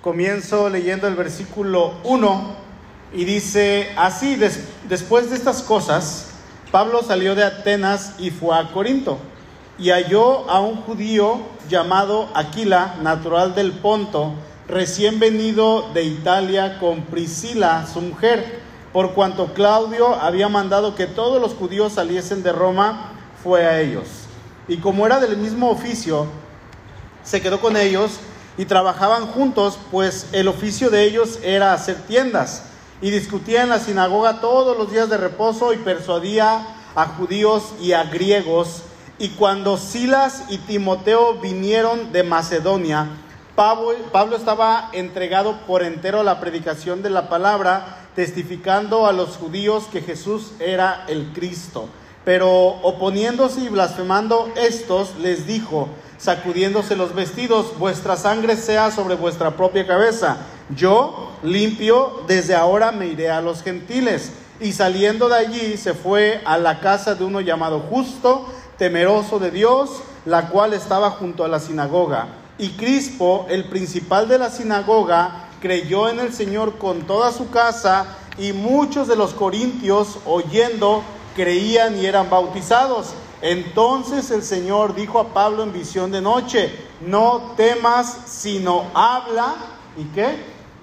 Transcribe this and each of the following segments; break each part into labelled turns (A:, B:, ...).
A: Comienzo leyendo el versículo 1 y dice así: después de estas cosas, Pablo salió de Atenas y fue a Corinto, y halló a un judío llamado Aquila, natural del Ponto, recién venido de Italia, con Priscila, su mujer. Por cuanto Claudio había mandado que todos los judíos saliesen de Roma, fue a ellos. Y como era del mismo oficio, se quedó con ellos y trabajaban juntos, pues el oficio de ellos era hacer tiendas. Y discutía en la sinagoga todos los días de reposo y persuadía a judíos y a griegos. Y cuando Silas y Timoteo vinieron de Macedonia, Pablo estaba entregado por entero a la predicación de la palabra, testificando a los judíos que Jesús era el Cristo. Pero oponiéndose y blasfemando estos, les dijo, sacudiéndose los vestidos: vuestra sangre sea sobre vuestra propia cabeza. Yo, limpio, desde ahora me iré a los gentiles. Y saliendo de allí, se fue a la casa de uno llamado Justo, temeroso de Dios, la cual estaba junto a la sinagoga. Y Crispo, el principal de la sinagoga, creyó en el Señor con toda su casa, y muchos de los corintios, oyendo, creían y eran bautizados. Entonces el Señor dijo a Pablo en visión de noche: no temas, sino habla, ¿y qué?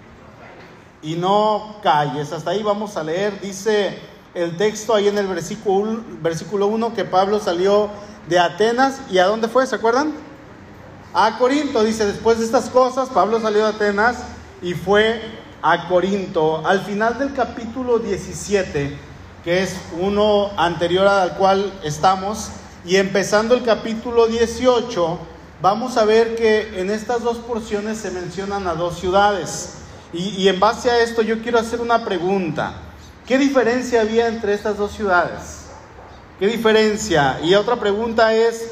A: Y no calles. Hasta ahí vamos a leer. Dice el texto ahí en el versículo 1 que Pablo salió de Atenas. ¿Y a dónde fue? ¿Se acuerdan? A Corinto. Dice, después de estas cosas, Pablo salió de Atenas y fue a Corinto. Al final del capítulo 17, que es uno anterior al cual estamos, y empezando el capítulo 18, vamos a ver que en estas dos porciones se mencionan a dos ciudades. Y en base a esto yo quiero hacer una pregunta. ¿Qué diferencia había entre estas dos ciudades? ¿Qué diferencia? Y otra pregunta es,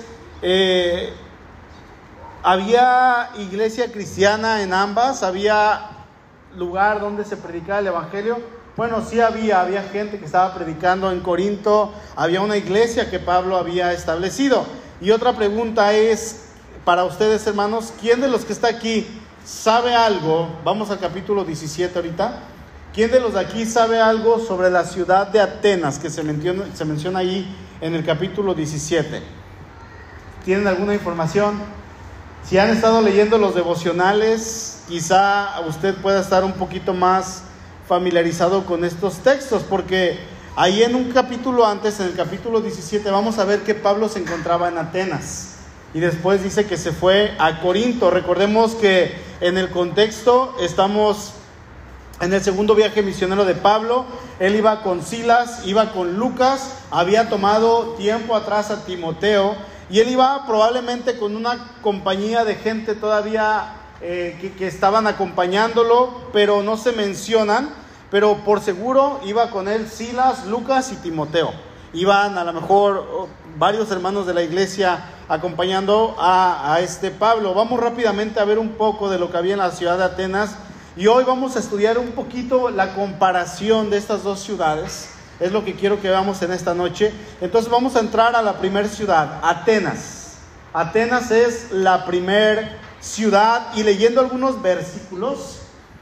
A: ¿había iglesia cristiana en ambas? ¿Había lugar donde se predicaba el evangelio? Bueno, sí había gente que estaba predicando en Corinto, había una iglesia que Pablo había establecido. Y otra pregunta es para ustedes, hermanos: ¿quién de los que está aquí sabe algo? Vamos al capítulo 17 ahorita. ¿Quién de los de aquí sabe algo sobre la ciudad de Atenas que se menciona ahí en el capítulo 17? ¿Tienen alguna información? Si han estado leyendo los devocionales, quizá usted pueda estar un poquito más familiarizado con estos textos, porque ahí en un capítulo antes, en el capítulo 17, vamos a ver que Pablo se encontraba en Atenas y después dice que se fue a Corinto. Recordemos que en el contexto estamos en el segundo viaje misionero de Pablo. Él iba con Silas, iba con Lucas, había tomado tiempo atrás a Timoteo, y él iba probablemente con una compañía de gente todavía que estaban acompañándolo, pero no se mencionan. Pero por seguro iba con él Silas, Lucas y Timoteo. Iban a lo mejor varios hermanos de la iglesia acompañando a este Pablo. Vamos rápidamente a ver un poco de lo que había en la ciudad de Atenas. Y hoy vamos a estudiar un poquito la comparación de estas dos ciudades. Es lo que quiero que veamos en esta noche. Entonces vamos a entrar a la primera ciudad, Atenas. Atenas es la primera ciudad, y leyendo algunos versículos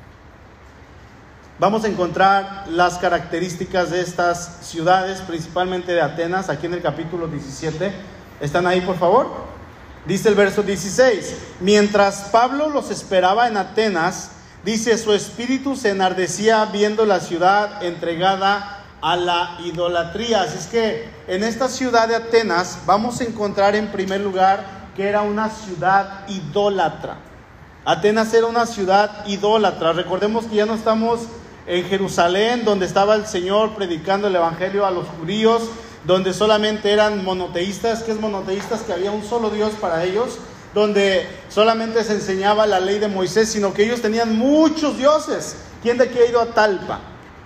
A: vamos a encontrar las características de estas ciudades, principalmente de Atenas, aquí en el capítulo 17. ¿Están ahí, por favor? Dice el verso 16: mientras Pablo los esperaba en Atenas, dice, su espíritu se enardecía viendo la ciudad entregada a la idolatría. Así es que en esta ciudad de Atenas vamos a encontrar en primer lugar que era una ciudad idólatra. Atenas era una ciudad idólatra. Recordemos que ya no estamos en Jerusalén, donde estaba el Señor predicando el evangelio a los judíos, donde solamente eran monoteístas. ¿Qué es monoteístas? Que había un solo Dios para ellos, donde solamente se enseñaba la ley de Moisés, sino que ellos tenían muchos dioses. ¿Quién de aquí ha ido a Talpa?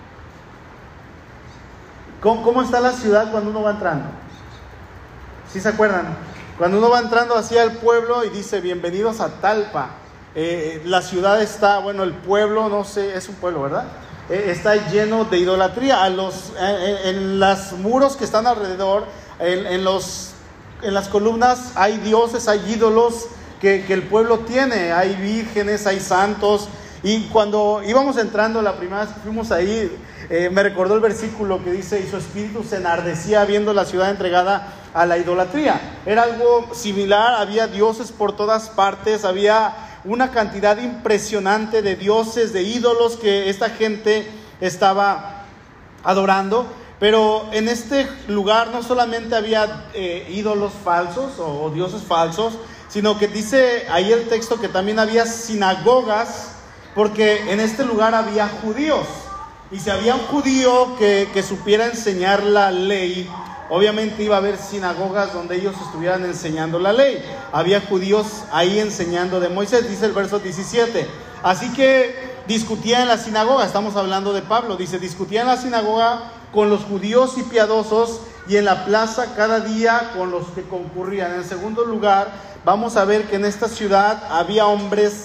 A: ¿Cómo está la ciudad cuando uno va entrando? ¿Sí se acuerdan? Cuando uno va entrando hacia el pueblo y dice, bienvenidos a Talpa. La ciudad está, bueno, el pueblo, no sé, es un pueblo, ¿verdad? Está lleno de idolatría. En los muros que están alrededor, en las columnas hay dioses, hay ídolos que el pueblo tiene. Hay vírgenes, hay santos. Y cuando íbamos entrando la primera vez que fuimos ahí, me recordó el versículo que dice: y su espíritu se enardecía viendo la ciudad entregada a la idolatría. Era algo similar, había dioses por todas partes, había una cantidad impresionante de dioses, de ídolos que esta gente estaba adorando. Pero en este lugar no solamente había ídolos falsos o dioses falsos, sino que dice ahí el texto que también había sinagogas, porque en este lugar había judíos. Y si había un judío que supiera enseñar la ley, obviamente iba a haber sinagogas donde ellos estuvieran enseñando la ley. Había judíos ahí enseñando de Moisés, dice el verso 17. Así que discutía en la sinagoga, estamos hablando de Pablo, dice: discutía en la sinagoga con los judíos y piadosos, y en la plaza cada día con los que concurrían. En segundo lugar, vamos a ver que en esta ciudad había hombres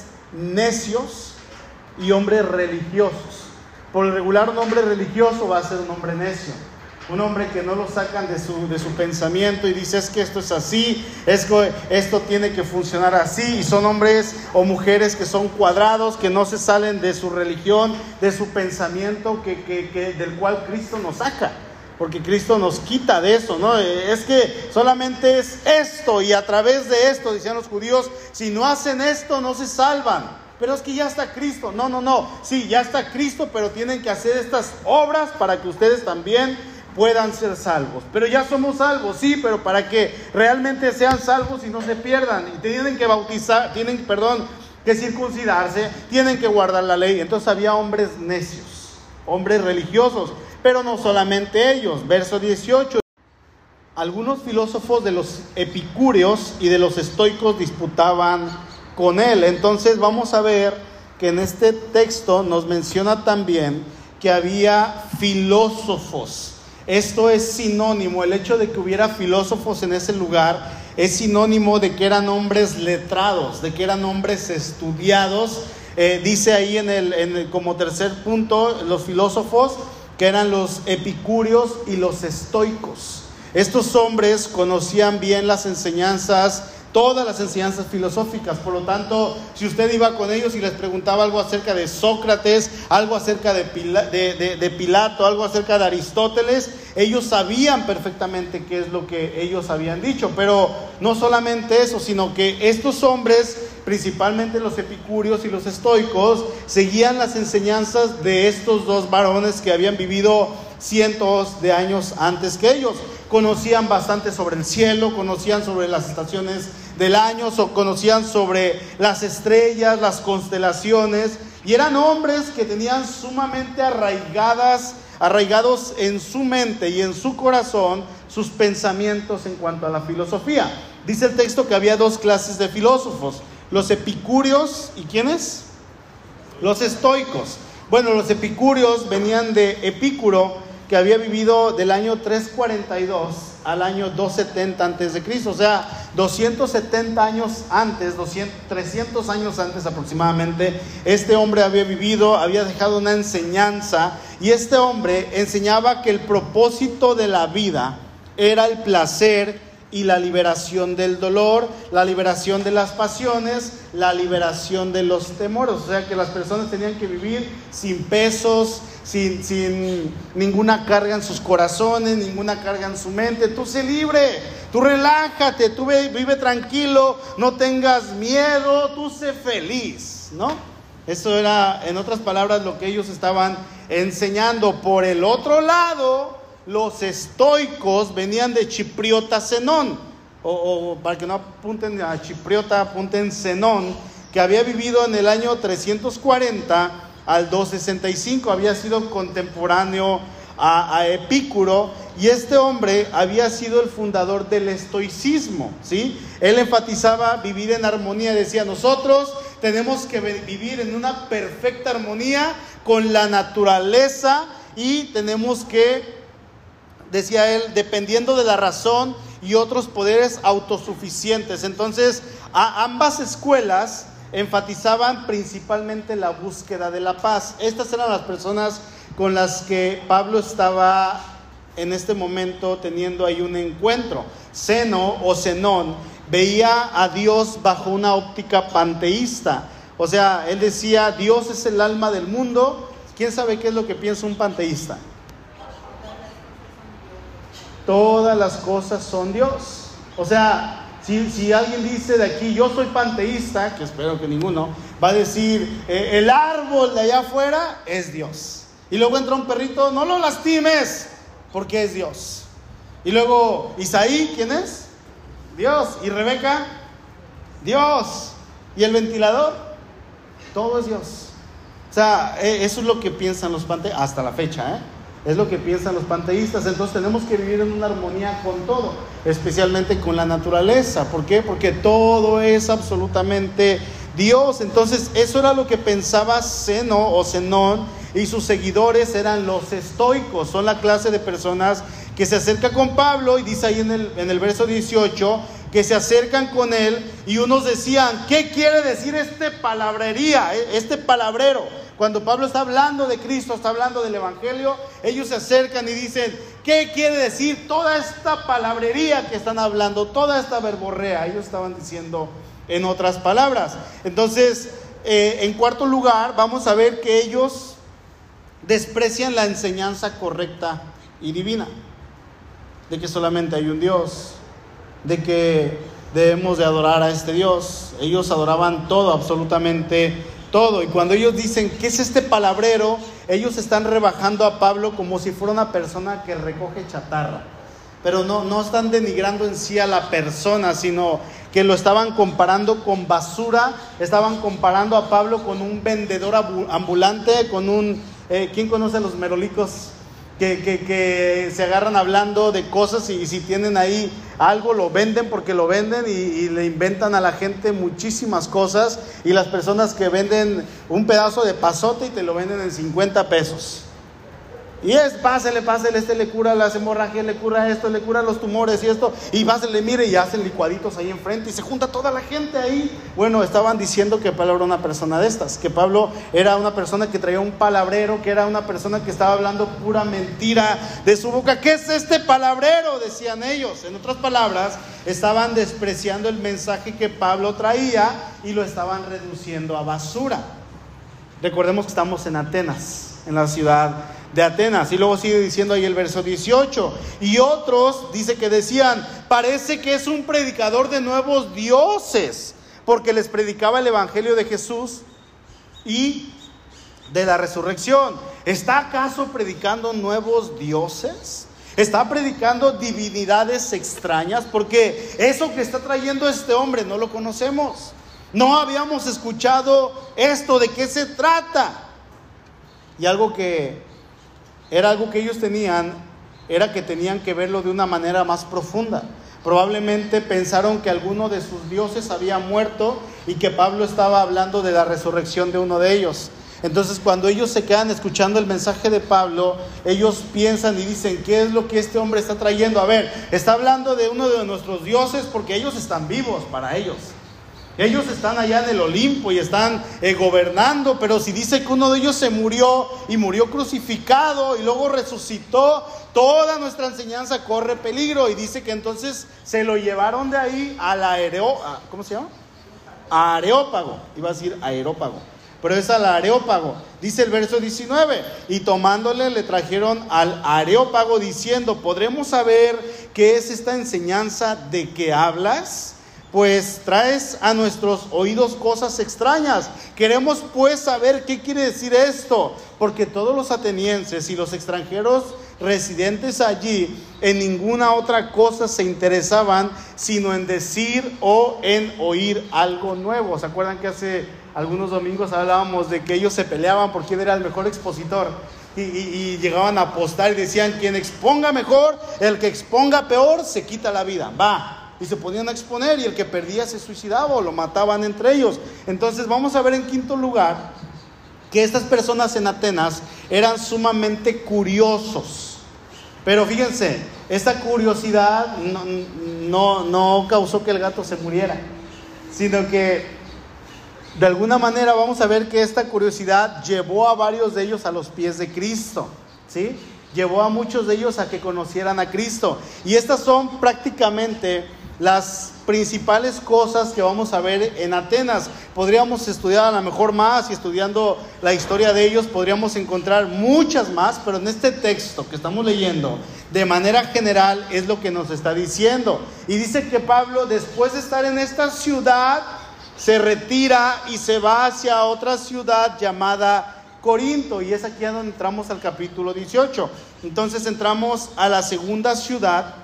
A: necios y hombres religiosos. Por el regular, un hombre religioso va a ser un hombre necio, un hombre que no lo sacan de su pensamiento y dice: es que esto es así, esto tiene que funcionar así. Y son hombres o mujeres que son cuadrados, que no se salen de su religión, de su pensamiento, del cual Cristo nos saca, porque Cristo nos quita de eso, ¿no? Es que solamente es esto, y a través de esto, decían los judíos, si no hacen esto no se salvan. Pero es que ya está Cristo. No, sí, ya está Cristo, pero tienen que hacer estas obras para que ustedes también puedan ser salvos. Pero ya somos salvos, sí, pero para que realmente sean salvos y no se pierdan. Y tienen que tienen que circuncidarse, tienen que guardar la ley. Entonces había hombres necios, hombres religiosos, pero no solamente ellos. Verso 18. Algunos filósofos de los epicúreos y de los estoicos disputaban con él. Entonces vamos a ver que en este texto nos menciona también que había filósofos. Esto es sinónimo, el hecho de que hubiera filósofos en ese lugar es sinónimo de que eran hombres letrados, de que eran hombres estudiados. Dice ahí como tercer punto, los filósofos, que eran los epicúreos y los estoicos. Estos hombres conocían bien las enseñanzas, todas las enseñanzas filosóficas. Por lo tanto, si usted iba con ellos y les preguntaba algo acerca de Sócrates, algo acerca de Pilato, algo acerca de Aristóteles, ellos sabían perfectamente qué es lo que ellos habían dicho. Pero no solamente eso, sino que estos hombres, principalmente los epicúreos y los estoicos, seguían las enseñanzas de estos dos varones que habían vivido cientos de años antes que ellos. Conocían bastante sobre el cielo, conocían sobre las estaciones del año, conocían sobre las estrellas, las constelaciones, y eran hombres que tenían sumamente arraigados en su mente y en su corazón sus pensamientos en cuanto a la filosofía. Dice el texto que había dos clases de filósofos: los epicúreos y ¿quiénes? Los estoicos. Bueno, los epicúreos venían de Epicuro, que había vivido del año 342 al año 270 antes de Cristo, o sea, 270 años antes, 300 años antes aproximadamente. Este hombre había vivido, había dejado una enseñanza, y este hombre enseñaba que el propósito de la vida era el placer y la liberación del dolor, la liberación de las pasiones, la liberación de los temores. O sea, que las personas tenían que vivir sin pesos, sin ninguna carga en sus corazones, ninguna carga en su mente. Tú sé libre, tú relájate, tú vive tranquilo, no tengas miedo, tú sé feliz, ¿no? Eso era, en otras palabras, lo que ellos estaban enseñando. Por el otro lado, los estoicos venían de Chipriota Zenón, o para que no apunten a Chipriota, apunten Zenón, que había vivido en el año 340 al 265, había sido contemporáneo a Epicuro, y este hombre había sido el fundador del estoicismo, ¿sí? Él enfatizaba vivir en armonía, decía: nosotros tenemos que vivir en una perfecta armonía con la naturaleza, y tenemos que, decía él, dependiendo de la razón y otros poderes autosuficientes. Entonces, ambas escuelas enfatizaban principalmente la búsqueda de la paz. Estas eran las personas con las que Pablo estaba en este momento teniendo ahí un encuentro. Zeno o Zenón veía a Dios bajo una óptica panteísta, O sea, él decía, Dios es el alma del mundo. ¿Quién sabe qué es lo que piensa un panteísta? Todas las cosas son Dios. O sea, si alguien dice de aquí, yo soy panteísta, que espero que ninguno, va a decir, el árbol de allá afuera es Dios. Y luego entra un perrito, no lo lastimes, porque es Dios. Y luego, Isaí, ¿quién es? Dios. Y Rebeca, Dios. Y el ventilador, todo es Dios. O sea, eso es lo que piensan los panteístas, hasta la fecha, es lo que piensan los panteístas. Entonces tenemos que vivir en una armonía con todo, especialmente con la naturaleza. ¿Por qué? Porque todo es absolutamente Dios. Entonces eso era lo que pensaba Zeno o Zenón, y sus seguidores eran los estoicos. Son la clase de personas que se acerca con Pablo, y dice ahí en el verso 18, que se acercan con él, y unos decían, ¿qué quiere decir palabrería, este palabrero? Cuando Pablo está hablando de Cristo, está hablando del Evangelio, ellos se acercan y dicen, ¿qué quiere decir toda esta palabrería que están hablando, toda esta verborrea? Ellos estaban diciendo en otras palabras. Entonces, en cuarto lugar, vamos a ver que ellos desprecian la enseñanza correcta y divina, de que solamente hay un Dios, de que debemos de adorar a este Dios. Ellos adoraban todo, absolutamente todo. Y cuando ellos dicen, ¿qué es este palabrero?, ellos están rebajando a Pablo como si fuera una persona que recoge chatarra. Pero no están denigrando en sí a la persona, sino que lo estaban comparando con basura. Estaban comparando a Pablo con un vendedor ambulante, con un... ¿quién conoce a los merolicos? Que se agarran hablando de cosas, y si tienen ahí algo lo venden porque lo venden, y le inventan a la gente muchísimas cosas. Y las personas que venden un pedazo de pasote y te lo venden en 50 pesos. Y pásele, le cura las hemorragias, le cura esto, le cura los tumores y esto. Y pásele, mire, y hacen licuaditos ahí enfrente y se junta toda la gente ahí. Bueno, estaban diciendo que Pablo era una persona de estas, que Pablo era una persona que traía un palabrero, que era una persona que estaba hablando pura mentira de su boca. ¿Qué es este palabrero?, decían ellos. En otras palabras, estaban despreciando el mensaje que Pablo traía y lo estaban reduciendo a basura. Recordemos que estamos en Atenas, en la ciudad de Atenas. Y luego sigue diciendo ahí el verso 18. Y otros, dice que decían, parece que es un predicador de nuevos dioses, porque les predicaba el evangelio de Jesús y de la resurrección. ¿Está acaso predicando nuevos dioses? ¿Está predicando divinidades extrañas? Porque eso que está trayendo este hombre no lo conocemos. No habíamos escuchado esto. ¿De qué se trata? Y algo que ellos tenían, era que tenían que verlo de una manera más profunda. Probablemente pensaron que alguno de sus dioses había muerto y que Pablo estaba hablando de la resurrección de uno de ellos. Entonces, cuando ellos se quedan escuchando el mensaje de Pablo, ellos piensan y dicen, ¿qué es lo que este hombre está trayendo? A ver, está hablando de uno de nuestros dioses, porque ellos están vivos para ellos. Ellos están allá en el Olimpo y están gobernando, pero si dice que uno de ellos se murió y murió crucificado y luego resucitó, toda nuestra enseñanza corre peligro. Y dice que entonces se lo llevaron de ahí al ¿cómo se llama? Areópago. Iba a decir aerópago, pero es al Areópago. Dice el verso 19, y tomándole le trajeron al Areópago diciendo, ¿podremos saber qué es esta enseñanza de que hablas? Pues traes a nuestros oídos cosas extrañas. Queremos pues saber qué quiere decir esto, porque todos los atenienses y los extranjeros residentes allí en ninguna otra cosa se interesaban, sino en decir o en oír algo nuevo. ¿Se acuerdan que hace algunos domingos hablábamos de que ellos se peleaban por quién era el mejor expositor? Y llegaban a apostar y decían, quien exponga mejor, el que exponga peor, se quita la vida. Y se ponían a exponer, y el que perdía se suicidaba o lo mataban entre ellos. Entonces vamos a ver en quinto lugar que estas personas en Atenas eran sumamente curiosos. Pero fíjense, esta curiosidad no causó que el gato se muriera, sino que de alguna manera vamos a ver que esta curiosidad llevó a varios de ellos a los pies de Cristo, ¿sí? Llevó a muchos de ellos a que conocieran a Cristo. Y estas son prácticamente las principales cosas que vamos a ver en Atenas. Podríamos estudiar a lo mejor más, y estudiando la historia de ellos podríamos encontrar muchas más, pero en este texto que estamos leyendo, de manera general, es lo que nos está diciendo. Y dice que Pablo, después de estar en esta ciudad, se retira y se va hacia otra ciudad llamada Corinto, y es aquí donde entramos al capítulo 18. Entonces entramos a la segunda ciudad,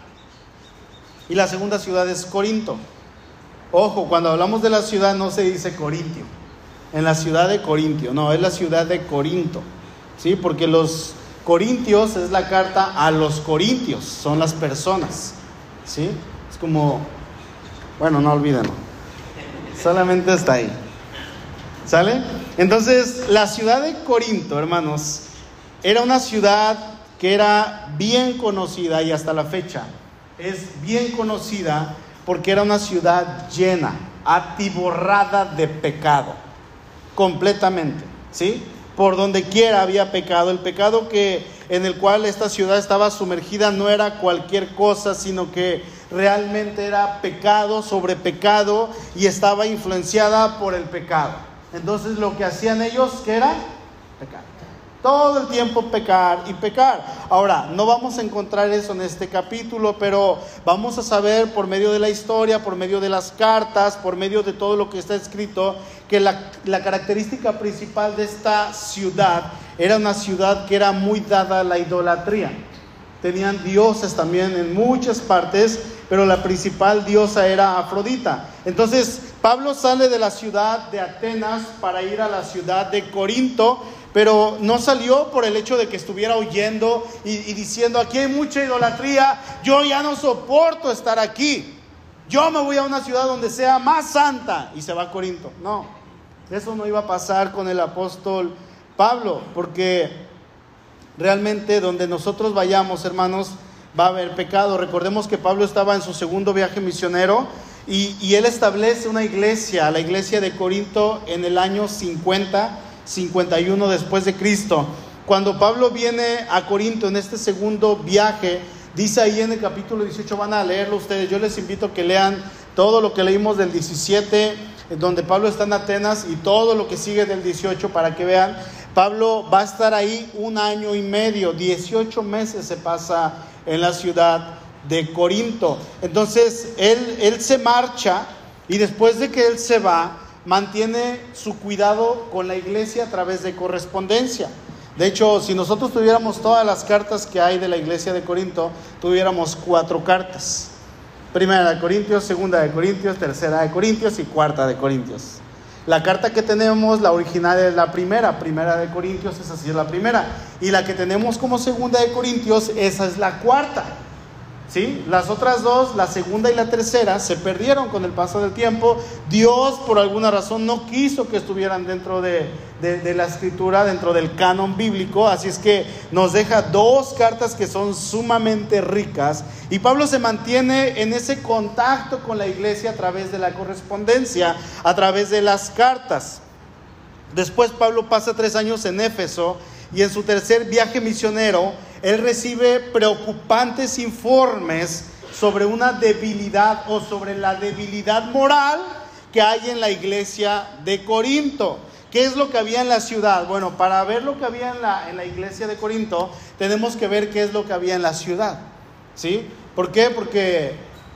A: y la segunda ciudad es Corinto. Ojo, cuando hablamos de la ciudad no se dice Corintio, en la ciudad de Corintio, no, es la ciudad de Corinto, ¿sí? Porque los corintios es la carta a los corintios, son las personas, ¿sí? Es como, bueno, no olvídenlo, solamente está ahí, ¿sale? Entonces, la ciudad de Corinto, hermanos, era una ciudad que era bien conocida, y hasta la fecha es bien conocida porque era una ciudad llena, atiborrada de pecado, completamente, ¿sí? Por donde quiera había pecado. El pecado en el cual esta ciudad estaba sumergida no era cualquier cosa, sino que realmente era pecado sobre pecado, y estaba influenciada por el pecado. Entonces lo que hacían ellos, ¿qué era? Pecar. Todo el tiempo pecar y pecar. Ahora, no vamos a encontrar eso en este capítulo, pero vamos a saber por medio de la historia, por medio de las cartas, por medio de todo lo que está escrito, que la característica principal de esta ciudad era una ciudad que era muy dada a la idolatría. Tenían dioses también en muchas partes, pero la principal diosa era Afrodita. Entonces, Pablo sale de la ciudad de Atenas para ir a la ciudad de Corinto, pero no salió por el hecho de que estuviera huyendo y diciendo: aquí hay mucha idolatría, yo ya no soporto estar aquí, yo me voy a una ciudad donde sea más santa, y se va a Corinto. No, eso no iba a pasar con el apóstol Pablo, porque realmente donde nosotros vayamos, hermanos, va a haber pecado. Recordemos que Pablo estaba en su segundo viaje misionero, y él establece una iglesia, la iglesia de Corinto, en el año 51 después de Cristo. Cuando Pablo viene a Corinto en este segundo viaje, dice ahí en el capítulo 18, van a leerlo ustedes, yo les invito a que lean todo lo que leímos del 17, donde Pablo está en Atenas, y todo lo que sigue del 18, para que vean. Pablo va a estar ahí 1 año y medio, 18 meses se pasa en la ciudad de Corinto. Entonces él se marcha, y después de que él se va, mantiene su cuidado con la iglesia a través de correspondencia. De hecho, si nosotros tuviéramos todas las cartas que hay de la iglesia de Corinto, tuviéramos 4 cartas: Primera de Corintios, Segunda de Corintios, Tercera de Corintios y Cuarta de Corintios. La carta que tenemos, la original, es la Primera de Corintios, esa sí es la primera, y la que tenemos como Segunda de Corintios, esa es la cuarta, ¿sí? Las otras dos, la segunda y la tercera, se perdieron con el paso del tiempo. Dios, por alguna razón, no quiso que estuvieran dentro de la escritura, dentro del canon bíblico. Así es que nos deja 2 cartas que son sumamente ricas, y Pablo se mantiene en ese contacto con la iglesia a través de la correspondencia, a través de las cartas. Después Pablo pasa 3 años en Éfeso, y en su tercer viaje misionero, él recibe preocupantes informes sobre una debilidad, o sobre la debilidad moral que hay en la iglesia de Corinto. ¿Qué es lo que había en la ciudad? Bueno, para ver lo que había en la iglesia de Corinto, tenemos que ver qué es lo que había en la ciudad, ¿sí? ¿Por qué? Porque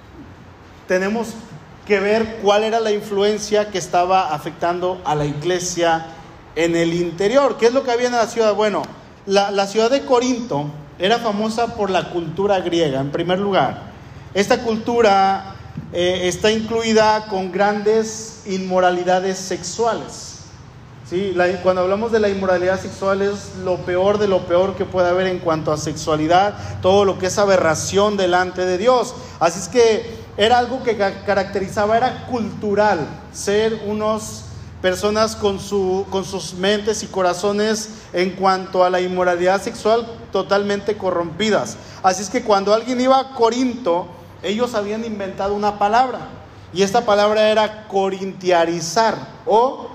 A: tenemos que ver cuál era la influencia que estaba afectando a la iglesia en el interior. ¿Qué es lo que había en la ciudad? Bueno, la ciudad de Corinto era famosa por la cultura griega, en primer lugar. Esta cultura está incluida con grandes inmoralidades sexuales, ¿sí? Cuando hablamos de la inmoralidad sexual, es lo peor de lo peor que puede haber en cuanto a sexualidad, todo lo que es aberración delante de Dios. Así es que era algo que caracterizaba, era cultural, ser unos personas con sus mentes y corazones en cuanto a la inmoralidad sexual totalmente corrompidas. Así es que cuando alguien iba a Corinto, ellos habían inventado una palabra, y esta palabra era corintiarizar o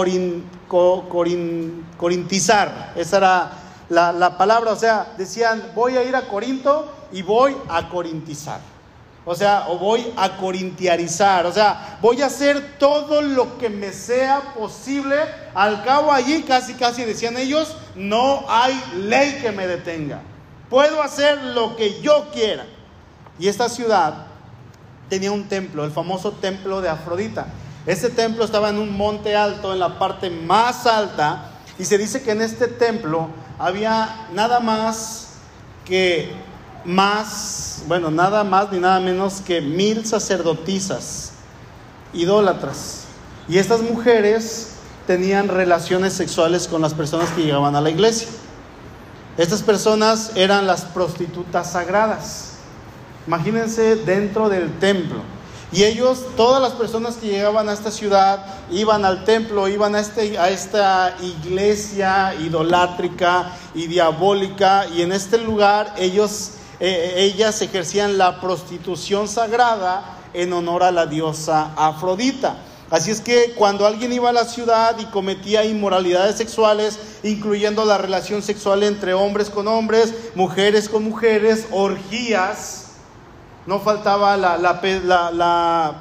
A: corintizar. Esa era la palabra. O sea, decían: voy a ir a Corinto y voy a corintizar. O sea, o voy a corintiarizar, o sea, voy a hacer todo lo que me sea posible. Al cabo allí, casi decían ellos, no hay ley que me detenga. Puedo hacer lo que yo quiera. Y esta ciudad tenía un templo, el famoso templo de Afrodita. Este templo estaba en un monte alto, en la parte más alta, y se dice que en este templo había nada más ni nada menos que 1000 sacerdotisas idólatras. Y estas mujeres tenían relaciones sexuales con las personas que llegaban a la iglesia. Estas personas eran las prostitutas sagradas. Imagínense dentro del templo. Y ellos, todas las personas que llegaban a esta ciudad, iban al templo, iban a esta iglesia idolátrica y diabólica. Y en este lugar ellas ejercían la prostitución sagrada en honor a la diosa Afrodita. Así es que cuando alguien iba a la ciudad y cometía inmoralidades sexuales, incluyendo la relación sexual entre hombres con hombres, mujeres con mujeres, orgías, no faltaba la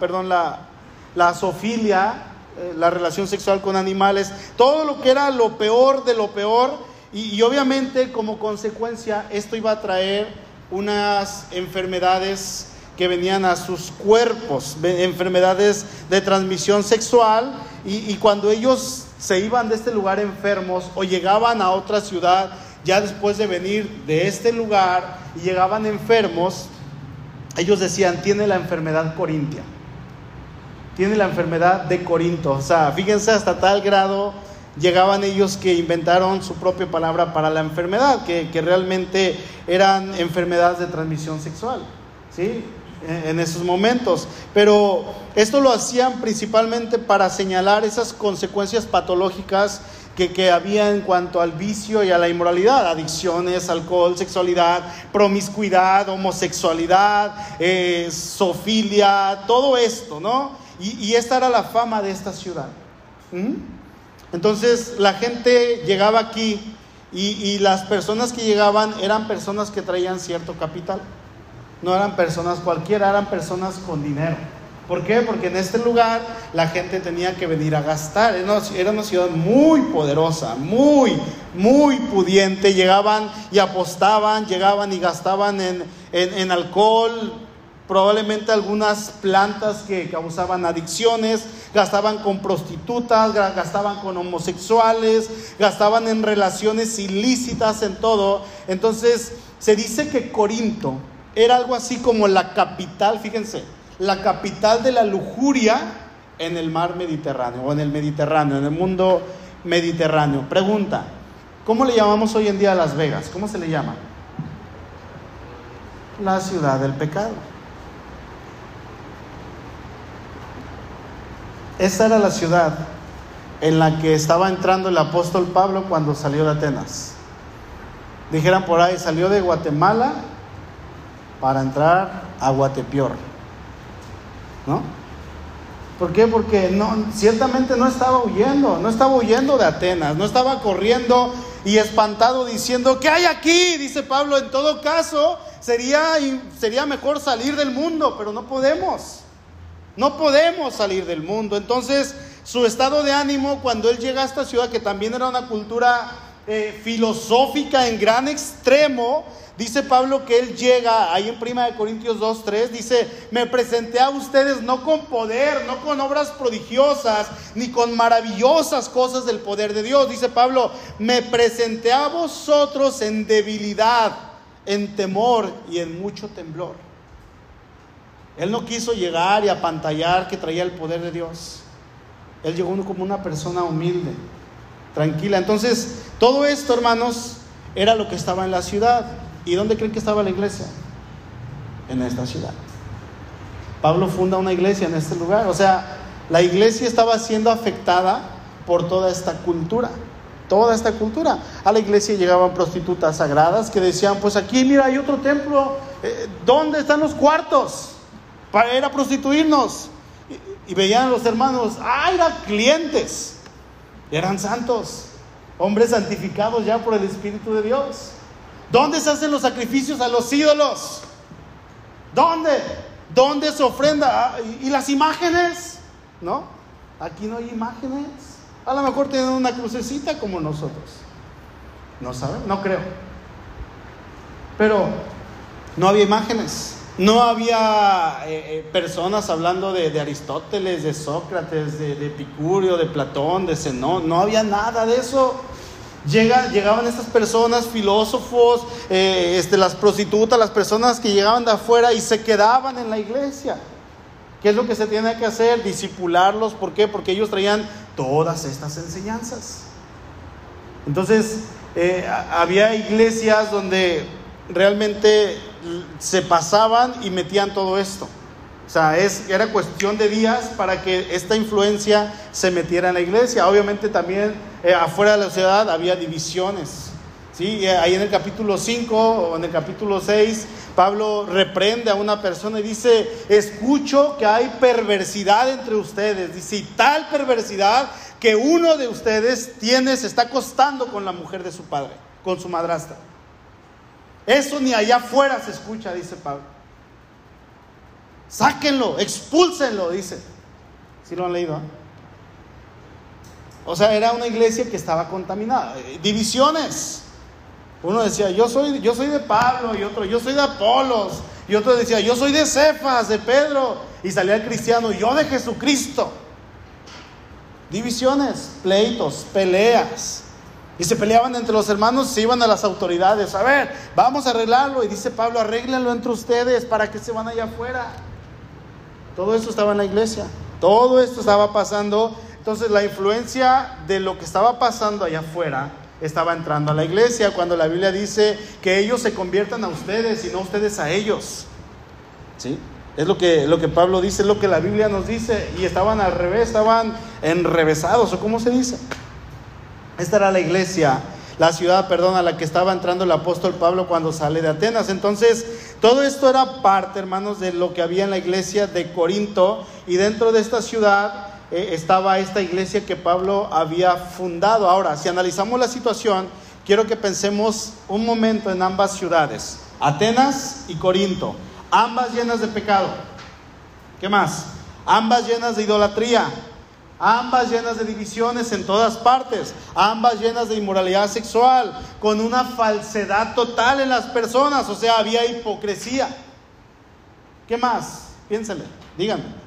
A: zoofilia, la relación sexual con animales, todo lo que era lo peor de lo peor. Y obviamente como consecuencia esto iba a traer unas enfermedades que venían a sus cuerpos, enfermedades de transmisión sexual. Y cuando ellos se iban de este lugar enfermos o llegaban a otra ciudad, ya después de venir de este lugar y llegaban enfermos, ellos decían, tiene la enfermedad corintia, tiene la enfermedad de Corinto. O sea, fíjense hasta tal grado llegaban ellos que inventaron su propia palabra para la enfermedad, que realmente eran enfermedades de transmisión sexual, ¿sí? En esos momentos. Pero esto lo hacían principalmente para señalar esas consecuencias patológicas que había en cuanto al vicio y a la inmoralidad: adicciones, alcohol, sexualidad, promiscuidad, homosexualidad, zoofilia, todo esto, ¿no? Y esta era la fama de esta ciudad. Entonces la gente llegaba aquí y las personas que llegaban eran personas que traían cierto capital. No eran personas cualquiera, eran personas con dinero. ¿Por qué? Porque en este lugar la gente tenía que venir a gastar. Era una ciudad muy poderosa, muy pudiente. Llegaban y apostaban, llegaban y gastaban en alcohol, probablemente algunas plantas que causaban adicciones, gastaban con prostitutas, gastaban con homosexuales, gastaban en relaciones ilícitas, en todo. Entonces se dice que Corinto era algo así como la capital, fíjense, la capital de la lujuria en el mar Mediterráneo, o en el Mediterráneo, en el mundo mediterráneo. Pregunta, ¿cómo le llamamos hoy en día a Las Vegas? ¿Cómo se le llama? La ciudad del pecado. Esta era la ciudad en la que estaba entrando el apóstol Pablo cuando salió de Atenas. Dijeran por ahí, salió de Guatemala para entrar a Guatepeor, ¿no? ¿Por qué? Porque ciertamente no estaba huyendo de Atenas, no estaba corriendo y espantado diciendo, ¿qué hay aquí? Dice Pablo, en todo caso sería mejor salir del mundo, pero no podemos salir del mundo. Entonces su estado de ánimo cuando él llega a esta ciudad, que también era una cultura filosófica en gran extremo, dice Pablo que él llega ahí en 1 Corintios 2:3, dice, me presenté a ustedes no con poder, no con obras prodigiosas, ni con maravillosas cosas del poder de Dios. Dice Pablo, me presenté a vosotros en debilidad, en temor y en mucho temblor. Él no quiso llegar y apantallar que traía el poder de Dios. Él llegó como una persona humilde, tranquila. Entonces, todo esto, hermanos, era lo que estaba en la ciudad. ¿Y dónde creen que estaba la iglesia? En esta ciudad. Pablo funda una iglesia en este lugar. O sea, la iglesia estaba siendo afectada por toda esta cultura. Toda esta cultura. A la iglesia llegaban prostitutas sagradas que decían, pues aquí mira hay otro templo, ¿dónde están los cuartos para ir a prostituirnos? Y veían a los hermanos, eran clientes, eran santos, hombres santificados ya por el Espíritu de Dios. ¿Dónde se hacen los sacrificios a los ídolos? ¿Dónde? ¿Dónde se ofrenda? ¿Y las imágenes? ¿No? Aquí no hay imágenes. A lo mejor tienen una crucecita como nosotros. No saben, no creo. Pero no había imágenes. No había personas hablando de Aristóteles, de Sócrates, de Epicurio, de Platón, de Zenón. No había nada de eso. Llegaban estas personas, filósofos, las prostitutas, las personas que llegaban de afuera y se quedaban en la iglesia. ¿Qué es lo que se tiene que hacer? Discipularlos. ¿Por qué? Porque ellos traían todas estas enseñanzas. Entonces, había iglesias donde realmente se pasaban y metían todo esto. O sea, era cuestión de días para que esta influencia se metiera en la iglesia. Obviamente también afuera de la ciudad había divisiones, ¿sí? Ahí en el capítulo 5 o en el capítulo 6, Pablo reprende a una persona y dice: escucho que hay perversidad entre ustedes. Dice: y tal perversidad que uno de ustedes se está acostando con la mujer de su padre, con su madrastra. Eso ni allá afuera se escucha, dice Pablo. Sáquenlo, expúlsenlo, dice. ¿Sí lo han leído? O sea, era una iglesia que estaba contaminada. Divisiones. Uno decía: yo soy de Pablo, y otro: yo soy de Apolos, y otro decía: yo soy de Cefas, de Pedro, y salía el cristiano: yo de Jesucristo. Divisiones, pleitos, peleas. Y se peleaban entre los hermanos, se iban a las autoridades: a ver, vamos a arreglarlo. Y dice Pablo: arréglenlo entre ustedes, ¿para qué se van allá afuera? Todo esto estaba en la iglesia, todo esto estaba pasando. Entonces la influencia de lo que estaba pasando allá afuera estaba entrando a la iglesia, cuando la Biblia dice que ellos se conviertan a ustedes y no ustedes a ellos. ¿Sí? Es lo que Pablo dice, es lo que la Biblia nos dice. Y estaban al revés, estaban enrevesados, ¿o cómo se dice? Esta era la iglesia, la ciudad, a la que estaba entrando el apóstol Pablo cuando sale de Atenas. Entonces, todo esto era parte, hermanos, de lo que había en la iglesia de Corinto. Y dentro de esta ciudad estaba esta iglesia que Pablo había fundado. Ahora, si analizamos la situación, quiero que pensemos un momento en ambas ciudades, Atenas y Corinto, ambas llenas de pecado. ¿Qué más? Ambas llenas de idolatría, ambas llenas de divisiones en todas partes, ambas llenas de inmoralidad sexual, con una falsedad total en las personas. O sea, había hipocresía. ¿Qué más? Piénsenle, díganme.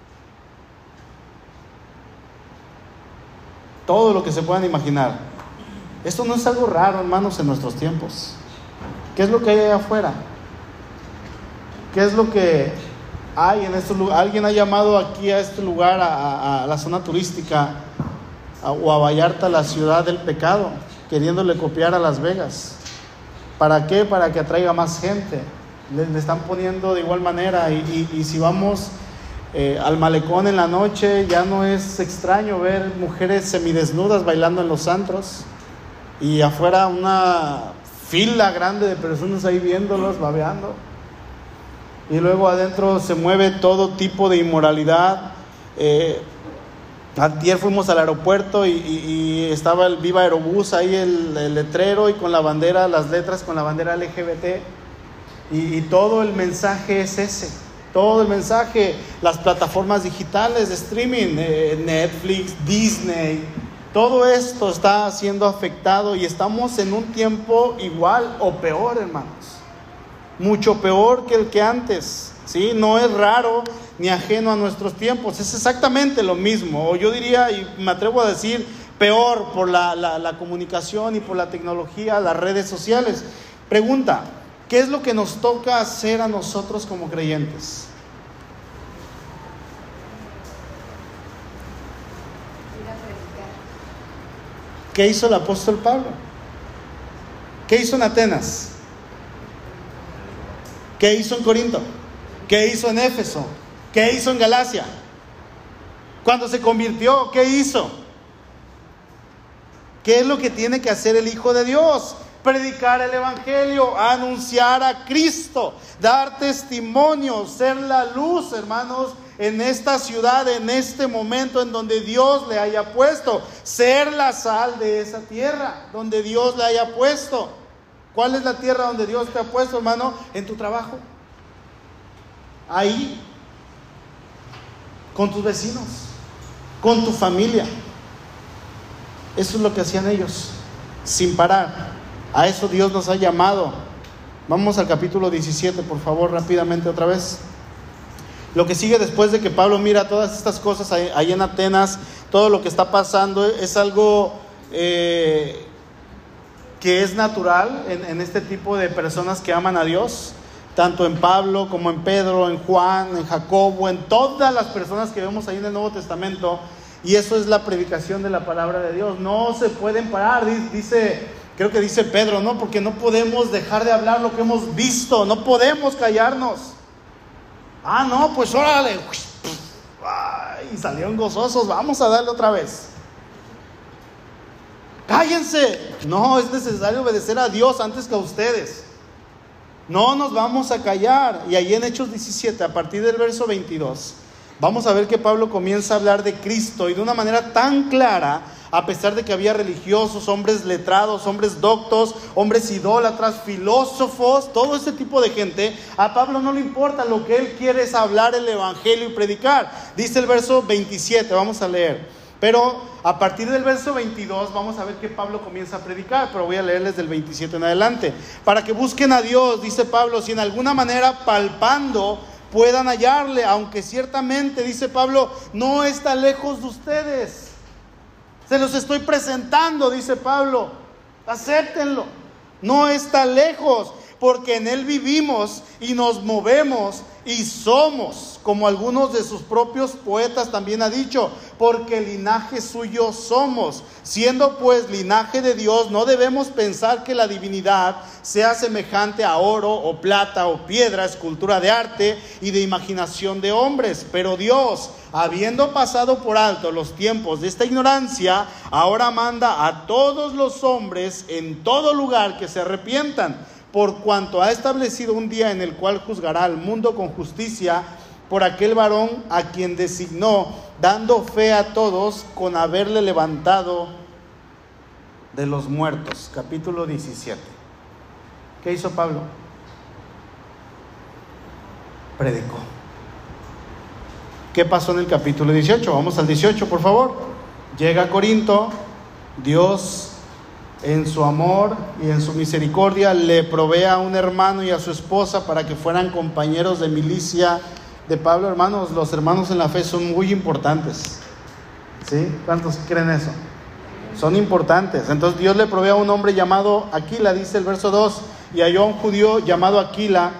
A: Todo lo que se puedan imaginar. Esto no es algo raro, hermanos, en nuestros tiempos. ¿Qué es lo que hay allá afuera? ¿Qué es lo que hay en este lugar? Alguien ha llamado aquí a este lugar, a la zona turística, o a Vallarta, la ciudad del pecado, queriéndole copiar a Las Vegas. ¿Para qué? Para que atraiga más gente. Le están poniendo de igual manera. Y si vamos al malecón en la noche, ya no es extraño ver mujeres semidesnudas bailando en los antros, y afuera una fila grande de personas ahí viéndolos, babeando. Y luego adentro se mueve todo tipo de inmoralidad. Ayer fuimos al aeropuerto y estaba el Viva Aerobús ahí, el letrero, y con la bandera, las letras con la bandera LGBT. Y todo el mensaje es ese. Todo el mensaje, las plataformas digitales de streaming, Netflix, Disney, todo esto está siendo afectado, y estamos en un tiempo igual o peor, hermanos. Mucho peor que el que antes, ¿sí? No es raro ni ajeno a nuestros tiempos, es exactamente lo mismo. O yo diría, y me atrevo a decir, peor, por la comunicación y por la tecnología, las redes sociales. Pregunta: ¿qué es lo que nos toca hacer a nosotros como creyentes? ¿Qué hizo el apóstol Pablo? ¿Qué hizo en Atenas? ¿Qué hizo en Corinto? ¿Qué hizo en Éfeso? ¿Qué hizo en Galacia? Cuando se convirtió, ¿qué hizo? ¿Qué es lo que tiene que hacer el Hijo de Dios? Predicar el Evangelio, anunciar a Cristo, dar testimonio, ser la luz, hermanos, en esta ciudad, en este momento en donde Dios le haya puesto, ser la sal de esa tierra donde Dios le haya puesto. ¿Cuál es la tierra donde Dios te ha puesto, hermano? En tu trabajo. ahí, con tus vecinos, con tu familia. Eso es lo que hacían ellos, sin parar. A eso Dios nos ha llamado. Vamos al capítulo 17, por favor, rápidamente otra vez. Lo que sigue después de que Pablo mira todas estas cosas ahí en Atenas, todo lo que está pasando, es algo que es natural en este tipo de personas que aman a Dios, tanto en Pablo como en Pedro, en Juan, en Jacobo, en todas las personas que vemos ahí en el Nuevo Testamento. Y eso es la predicación de la palabra de Dios. No se pueden parar, creo que dice Pedro, ¿no? Porque no podemos dejar de hablar lo que hemos visto, no podemos callarnos. No, pues órale. Y salieron gozosos, vamos a darle otra vez. Cállense. No, es necesario obedecer a Dios antes que a ustedes. No nos vamos a callar. Y ahí en Hechos 17, a partir del verso 22, vamos a ver que Pablo comienza a hablar de Cristo y de una manera tan clara, a pesar de que había religiosos, hombres letrados, hombres doctos, hombres idólatras, filósofos, todo ese tipo de gente. A Pablo no le importa, lo que él quiere es hablar el evangelio y predicar. Dice el verso 27, vamos a leer. Pero a partir del verso 22 vamos a ver que Pablo comienza a predicar, pero voy a leerles del 27 en adelante. Para que busquen a Dios, dice Pablo, si en alguna manera palpando puedan hallarle, aunque ciertamente, dice Pablo, no está lejos de ustedes. Se los estoy presentando, dice Pablo, acéptenlo, no está lejos, porque en Él vivimos y nos movemos y somos, como algunos de sus propios poetas también ha dicho, porque linaje suyo somos. Siendo pues linaje de Dios, no debemos pensar que la divinidad sea semejante a oro o plata o piedra, escultura de arte y de imaginación de hombres. Pero Dios, habiendo pasado por alto los tiempos de esta ignorancia, ahora manda a todos los hombres en todo lugar que se arrepientan, por cuanto ha establecido un día en el cual juzgará al mundo con justicia por aquel varón a quien designó, dando fe a todos con haberle levantado de los muertos. Capítulo 17. ¿Qué hizo Pablo? Predicó. ¿Qué pasó en el capítulo 18? Vamos al 18, por favor. Llega a Corinto, Dios en su amor y en su misericordia le provee a un hermano y a su esposa para que fueran compañeros de milicia de Pablo. Hermanos, los hermanos en la fe son muy importantes. ¿Sí? ¿Cuántos creen eso? Son importantes. Entonces Dios le provee a un hombre llamado Aquila, dice el verso 2, y halló a un judío llamado Aquila,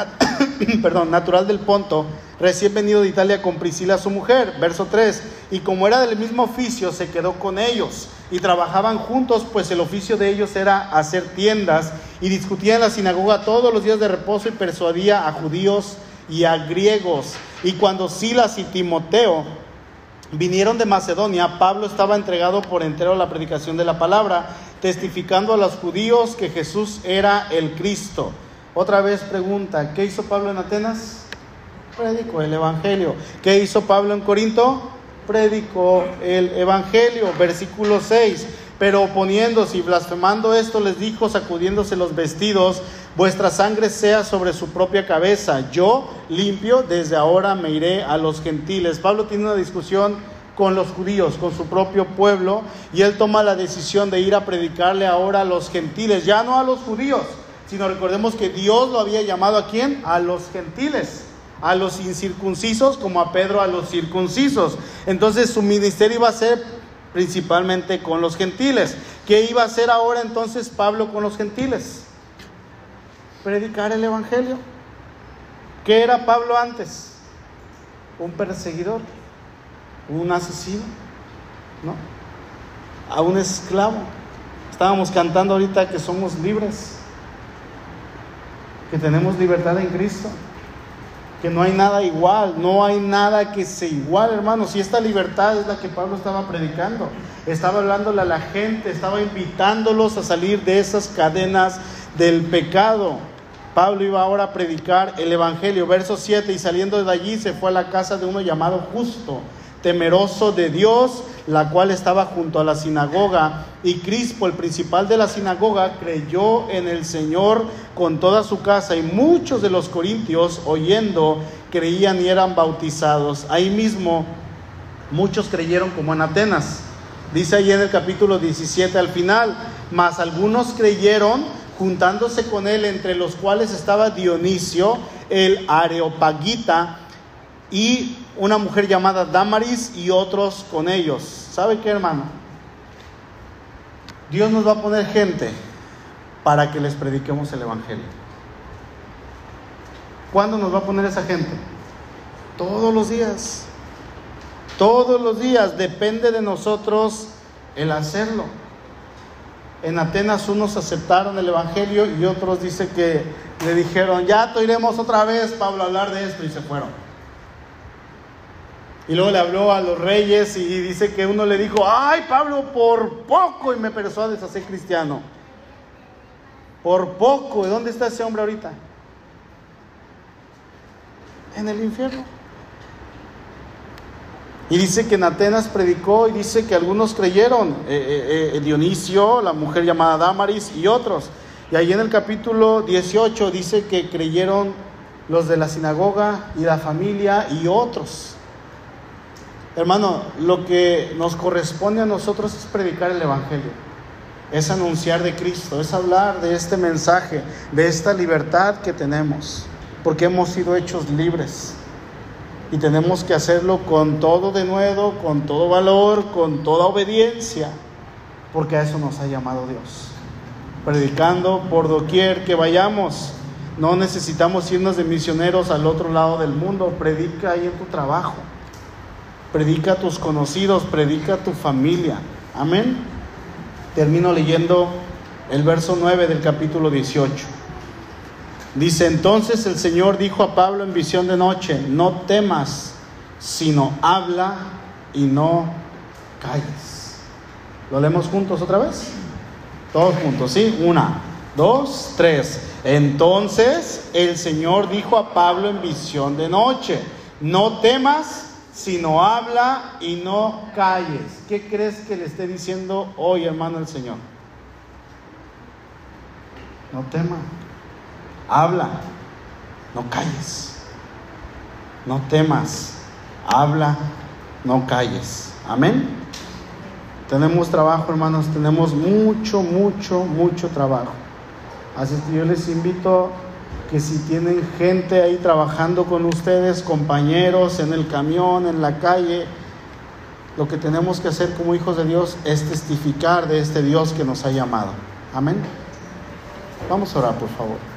A: natural del Ponto, recién venido de Italia con Priscila su mujer. Verso 3, y como era del mismo oficio, se quedó con ellos y trabajaban juntos, pues el oficio de ellos era hacer tiendas, y discutía en la sinagoga todos los días de reposo y persuadía a judíos y a griegos. Y cuando Silas y Timoteo vinieron de Macedonia, Pablo estaba entregado por entero a la predicación de la palabra, testificando a los judíos que Jesús era el Cristo. Otra vez pregunta, ¿qué hizo Pablo en Atenas? Predicó el evangelio. ¿Qué hizo Pablo en Corinto? Predicó el evangelio. Versículo 6, pero oponiéndose y blasfemando esto, les dijo, sacudiéndose los vestidos, vuestra sangre sea sobre su propia cabeza, yo limpio, desde ahora me iré a los gentiles. Pablo tiene una discusión con los judíos, con su propio pueblo, y él toma la decisión de ir a predicarle ahora a los gentiles, ya no a los judíos, sino recordemos que Dios lo había llamado ¿a quién? A los gentiles, a los incircuncisos, como a Pedro a los circuncisos. Entonces su ministerio iba a ser principalmente con los gentiles. ¿Qué iba a hacer ahora entonces Pablo con los gentiles? Predicar el evangelio. ¿Qué era Pablo antes? Un perseguidor, un asesino, ¿no? A un esclavo. Estábamos cantando ahorita que somos libres, que tenemos libertad en Cristo, que no hay nada igual, no hay nada que se iguale, hermanos. Y esta libertad es la que Pablo estaba predicando. Estaba hablándole a la gente, estaba invitándolos a salir de esas cadenas del pecado. Pablo iba ahora a predicar el evangelio. Verso 7, y saliendo de allí se fue a la casa de uno llamado Justo, temeroso de Dios, la cual estaba junto a la sinagoga. Y Crispo, el principal de la sinagoga, creyó en el Señor con toda su casa. Y muchos de los corintios, oyendo creían y eran bautizados. Ahí mismo muchos creyeron como en Atenas. Dice ahí en el capítulo 17 al final: mas algunos creyeron juntándose con él, entre los cuales estaba Dionisio el Areopagita y una mujer llamada Dámaris, y otros con ellos. ¿Sabe qué, hermano? Dios nos va a poner gente para que les prediquemos el evangelio. ¿Cuándo nos va a poner esa gente? Todos los días. Todos los días. Depende de nosotros el hacerlo. En Atenas unos aceptaron el evangelio y otros dice que le dijeron: ya te oiremos otra vez, Pablo, hablar de esto, y se fueron. Y luego le habló a los reyes y dice que uno le dijo: ay, Pablo, por poco y me persuades a ser cristiano. Por poco. ¿Y dónde está ese hombre ahorita? En el infierno. Y dice que en Atenas predicó y dice que algunos creyeron, Dionisio, la mujer llamada Dámaris y otros. Y ahí en el capítulo 18 dice que creyeron los de la sinagoga y la familia y otros. Hermano, lo que nos corresponde a nosotros es predicar el evangelio, es anunciar de Cristo, es hablar de este mensaje, de esta libertad que tenemos, porque hemos sido hechos libres. Y tenemos que hacerlo con todo denuedo, con todo valor, con toda obediencia, porque a eso nos ha llamado Dios. Predicando por doquier que vayamos. No necesitamos irnos de misioneros al otro lado del mundo. Predica ahí en tu trabajo. Predica a tus conocidos, predica a tu familia. Amén. Termino leyendo el verso 9 del capítulo 18. Dice: entonces el Señor dijo a Pablo en visión de noche: no temas, sino habla y no calles. ¿Lo leemos juntos otra vez? Todos juntos, ¿sí? 1, 2, 3. Entonces el Señor dijo a Pablo en visión de noche: no temas, sino habla y no calles. ¿Qué crees que le esté diciendo hoy, hermano, el Señor? No temas. Habla, no calles. No temas, habla, no calles. Amén. Tenemos trabajo, hermanos, tenemos mucho trabajo. Así que yo les invito que si tienen gente ahí trabajando con ustedes, compañeros en el camión, en la calle, lo que tenemos que hacer como hijos de Dios es testificar de este Dios que nos ha llamado. Amén. Vamos a orar, por favor.